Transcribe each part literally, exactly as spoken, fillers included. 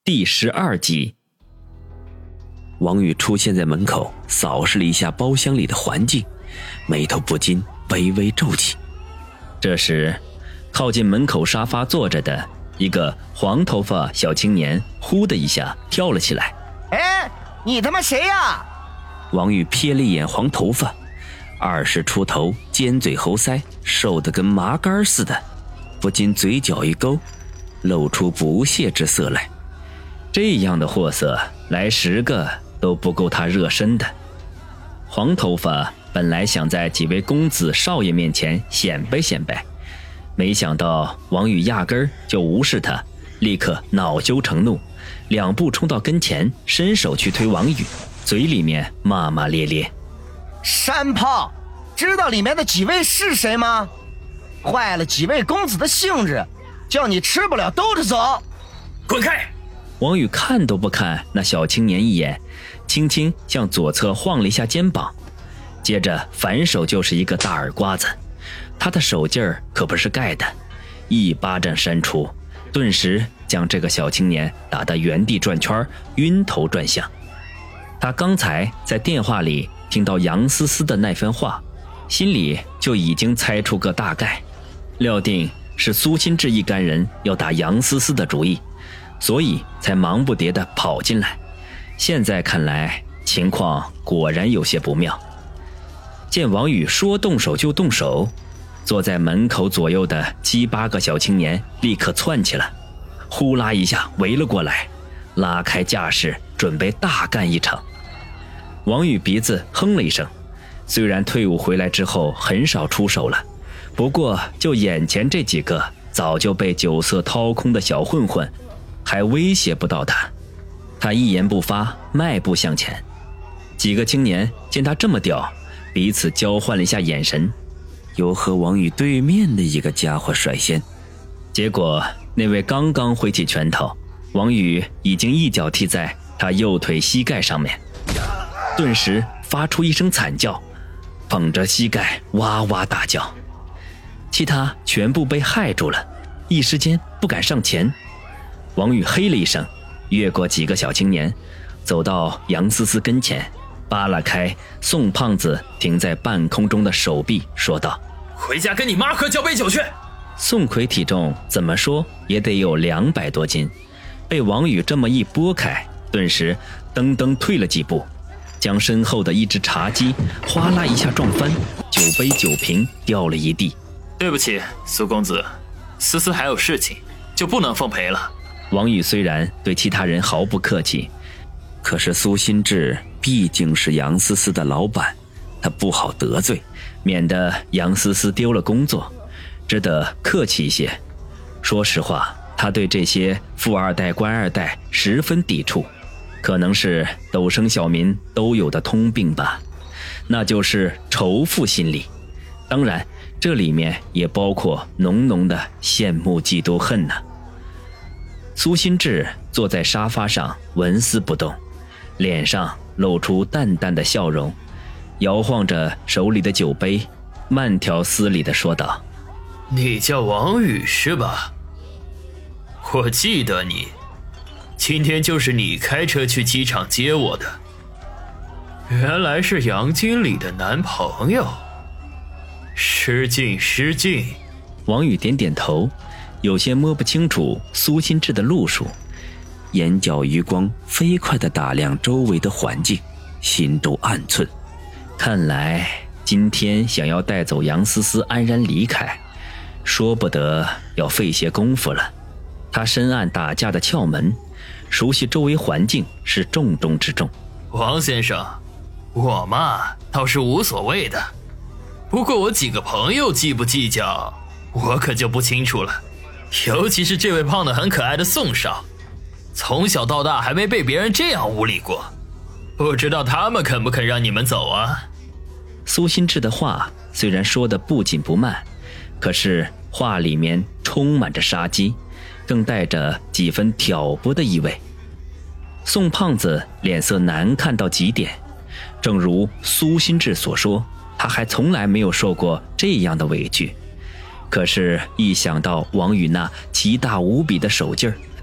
第十二集。王宇出现在门口，扫视了一下包厢里的环境，眉头不禁微微皱起。这时，靠近门口沙发坐着的一个黄头发小青年呼的一下跳了起来。 哎，你他妈谁呀？ 王宇瞥了一眼黄头发，二十出头，尖嘴猴腮，瘦得跟麻杆似的，不禁嘴角一勾，露出不屑之色来。这样的货色来十个都不够他热身的。黄头发本来想在几位公子少爷面前显摆显摆，没想到王宇压根儿就无视他，立刻恼羞成怒，两步冲到跟前，伸手去推王宇，嘴里面骂骂咧咧。 山炮，知道里面的几位是谁吗？坏了几位公子的兴致，叫你吃不了兜着走。 滚开！ 王宇看都不看那小青年一眼，轻轻向左侧晃了一下肩膀，接着反手就是一个大耳刮子。他的手劲儿可不是盖的，一巴掌扇出，顿时将这个小青年打得原地转圈，晕头转向。他刚才在电话里听到杨思思的那番话，心里就已经猜出个大概，料定是苏心志一干人要打杨思思的主意，所以才忙不迭地跑进来。现在看来情况果然有些不妙。见王宇说动手就动手，坐在门口左右的七八个小青年立刻窜起来，呼啦一下围了过来，拉开架势准备大干一场。王宇鼻子哼了一声，虽然退伍回来之后很少出手了，不过就眼前这几个早就被酒色掏空的小混混还威胁不到他。他一言不发，迈步向前。几个青年见他这么屌，彼此交换了一下眼神，由和王宇对面的一个家伙率先。结果那位刚刚挥起拳头，王宇已经一脚踢在他右腿膝盖上面，顿时发出一声惨叫，捧着膝盖哇哇大叫。其他全部被害住了，一时间不敢上前。王宇嘿了一声，越过几个小青年，走到杨思思跟前，扒拉开宋胖子停在半空中的手臂，说道： 回家跟你妈喝交杯酒去。 宋奎体重怎么说也得有两百多斤，被王宇这么一拨开，顿时噔噔退了几步，将身后的一只茶几哗啦一下撞翻，酒杯酒瓶掉了一地。 对不起，苏公子，思思还有事情，就不能奉陪了。 王宇虽然对其他人毫不客气，可是苏心志毕竟是杨思思的老板，他不好得罪，免得杨思思丢了工作，只得客气一些。说实话，他对这些富二代官二代十分抵触，可能是斗生小民都有的通病吧，那就是仇富心理。当然这里面也包括浓浓的羡慕嫉妒恨呢、啊。苏心志坐在沙发上纹丝不动，脸上露出淡淡的笑容，摇晃着手里的酒杯，慢条斯理地说道： 你叫王宇是吧？我记得你，今天就是你开车去机场接我的，原来是杨经理的男朋友。失敬失敬。 王宇点点头，有些摸不清楚苏心志的路数，眼角余光飞快地打量周围的环境，心中暗忖，看来今天想要带走杨思思安然离开，说不得要费些功夫了。他深谙打架的窍门，熟悉周围环境是重中之重。 王先生，我嘛倒是无所谓的，不过我几个朋友计不计较，我可就不清楚了。尤其是这位胖得很可爱的宋少，从小到大还没被别人这样无理过，不知道他们肯不肯让你们走啊？ 苏心志的话虽然说得不紧不慢，可是话里面充满着杀机，更带着几分挑拨的意味。宋胖子脸色难看到极点，正如苏心志所说，他还从来没有受过这样的委屈。可是一想到王宇那奇大无比的手劲儿，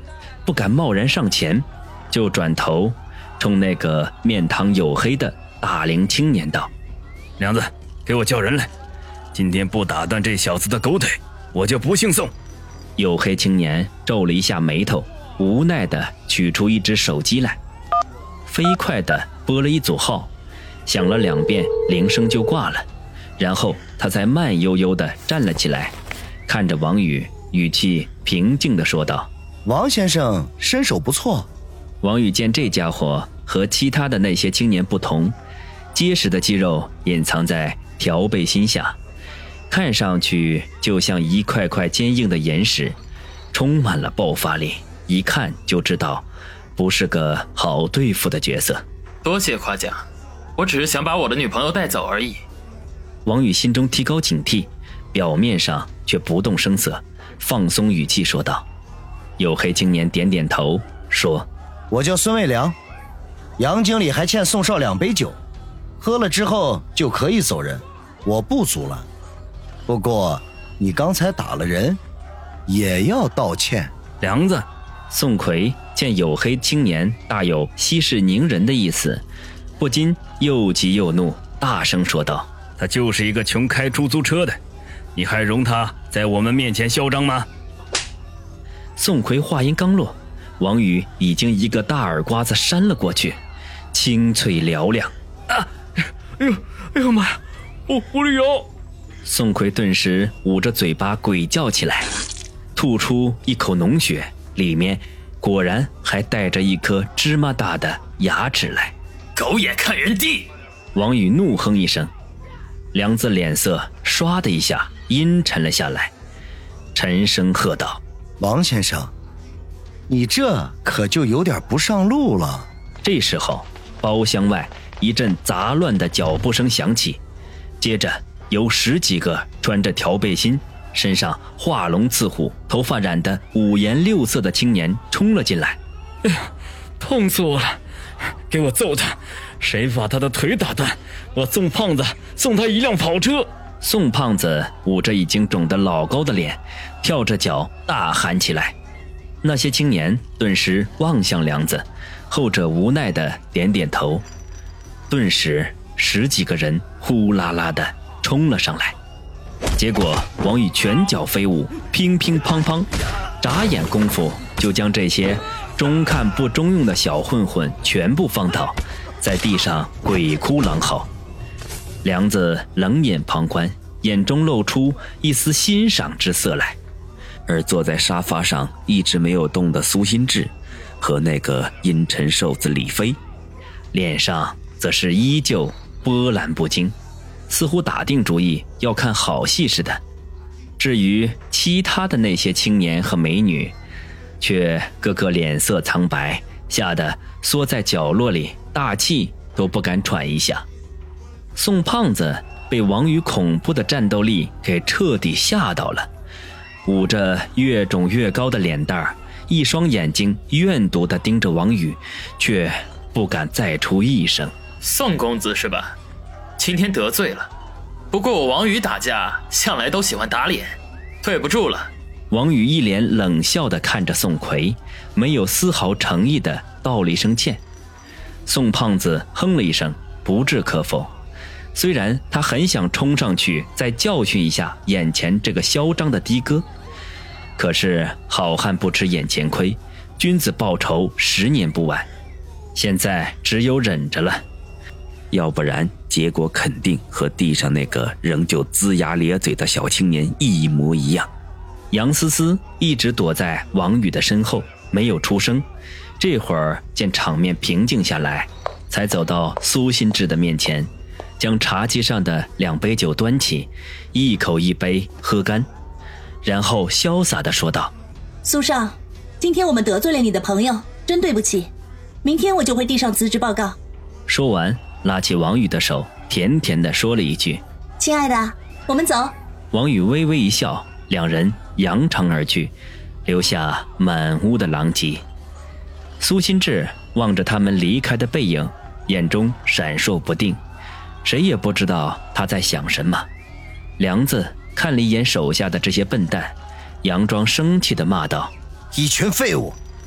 不敢贸然上前，就转头冲那个面汤黝黑的大龄青年道： 梁子，给我叫人来，今天不打断这小子的狗腿，我就不姓宋。 黝黑青年皱了一下眉头，无奈地取出一只手机来，飞快地拨了一组号，响了两遍，铃声就挂了。然后他才慢悠悠地站了起来，看着王宇，语气平静地说道： 王先生身手不错。 王宇见这家伙和其他的那些青年不同，结实的肌肉隐藏在条背心下，看上去就像一块块坚硬的岩石，充满了爆发力，一看就知道不是个好对付的角色。 多谢夸奖，我只是想把我的女朋友带走而已。 王宇心中提高警惕，表面上却不动声色，放松语气说道。黝黑青年点点头说： 我叫孙卫良，杨经理还欠宋少两杯酒，喝了之后就可以走人，我不阻拦。不过你刚才打了人，也要道歉。 梁子， 宋奎见黝黑青年大有息事宁人的意思，不禁又急又怒，大声说道： 他就是一个穷开出租车的，你还容他在我们面前嚣张吗？ 宋奎话音刚落，王宇已经一个大耳刮子扇了过去，清脆嘹亮。 啊！哎呦，哎呦妈呀！我我的腰！ 宋奎顿时捂着嘴巴鬼叫起来，吐出一口脓血，里面果然还带着一颗芝麻大的牙齿来。 狗眼看人低！ 王宇怒哼一声，梁子脸色唰的一下阴沉了下来，沉声喝道： 王先生，你这可就有点不上路了。 这时候包厢外一阵杂乱的脚步声响起，接着有十几个穿着条背心，身上画龙刺虎，头发染得五颜六色的青年冲了进来。 哎呀，痛死我了！给我揍他！谁把他的腿打断，我宋胖子送他一辆跑车。 宋胖子捂着已经肿得老高的脸，跳着脚大喊起来。那些青年顿时望向梁子，后者无奈地点点头。顿时十几个人呼啦啦地冲了上来，结果王宇拳脚飞舞，乒乒乓乓，眨眼功夫就将这些中看不中用的小混混全部放倒，在地上鬼哭狼嚎。梁子冷眼旁观，眼中露出一丝欣赏之色来。 而坐在沙发上一直没有动的苏新志和那个阴沉瘦子李飞， 脸上则是依旧波澜不惊，似乎打定主意要看好戏似的。至于其他的那些青年和美女，却个个脸色苍白，吓得缩在角落里，大气都不敢喘一下。宋胖子被王宇恐怖的战斗力给彻底吓到了，捂着越肿越高的脸蛋儿，一双眼睛怨毒地盯着王宇，却不敢再出一声。 宋公子是吧？今天得罪了，不过我王宇打架向来都喜欢打脸，对不住了。 王宇一脸冷笑地看着宋奎，没有丝毫诚意地道了一声歉。宋胖子哼了一声，不置可否。虽然他很想冲上去再教训一下眼前这个嚣张的的哥，可是好汉不吃眼前亏，君子报仇十年不晚，现在只有忍着了， 要不然结果肯定和地上那个仍旧龇牙咧嘴的小青年一模一样。 杨思思一直躲在王宇的身后没有出声，这会儿见场面平静下来，才走到苏新志的面前，将茶几上的两杯酒端起，一口一杯喝干，然后潇洒地说道： 苏少，今天我们得罪了你的朋友，真对不起，明天我就会递上辞职报告。 说完拉起王宇的手，甜甜地说了一句： 亲爱的，我们走。 王宇微微一笑，两人扬长而去，留下满屋的狼藉。苏新志望着他们离开的背影，眼中闪烁不定，谁也不知道他在想什么。梁子看了一眼手下的这些笨蛋，佯装生气地骂道： 一群废物，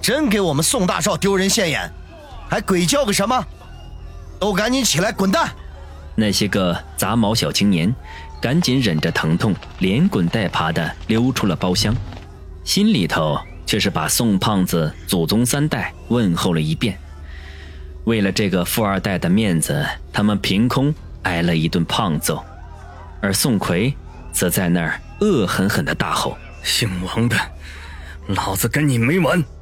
真给我们宋大少丢人现眼，还鬼叫个什么？都赶紧起来滚蛋！ 那些个杂毛小青年赶紧忍着疼痛，连滚带爬地溜出了包厢，心里头却是把宋胖子祖宗三代问候了一遍。为了这个富二代的面子，他们凭空挨了一顿胖揍，而宋奎则在那儿恶狠狠地大吼： 姓王的，老子跟你没完！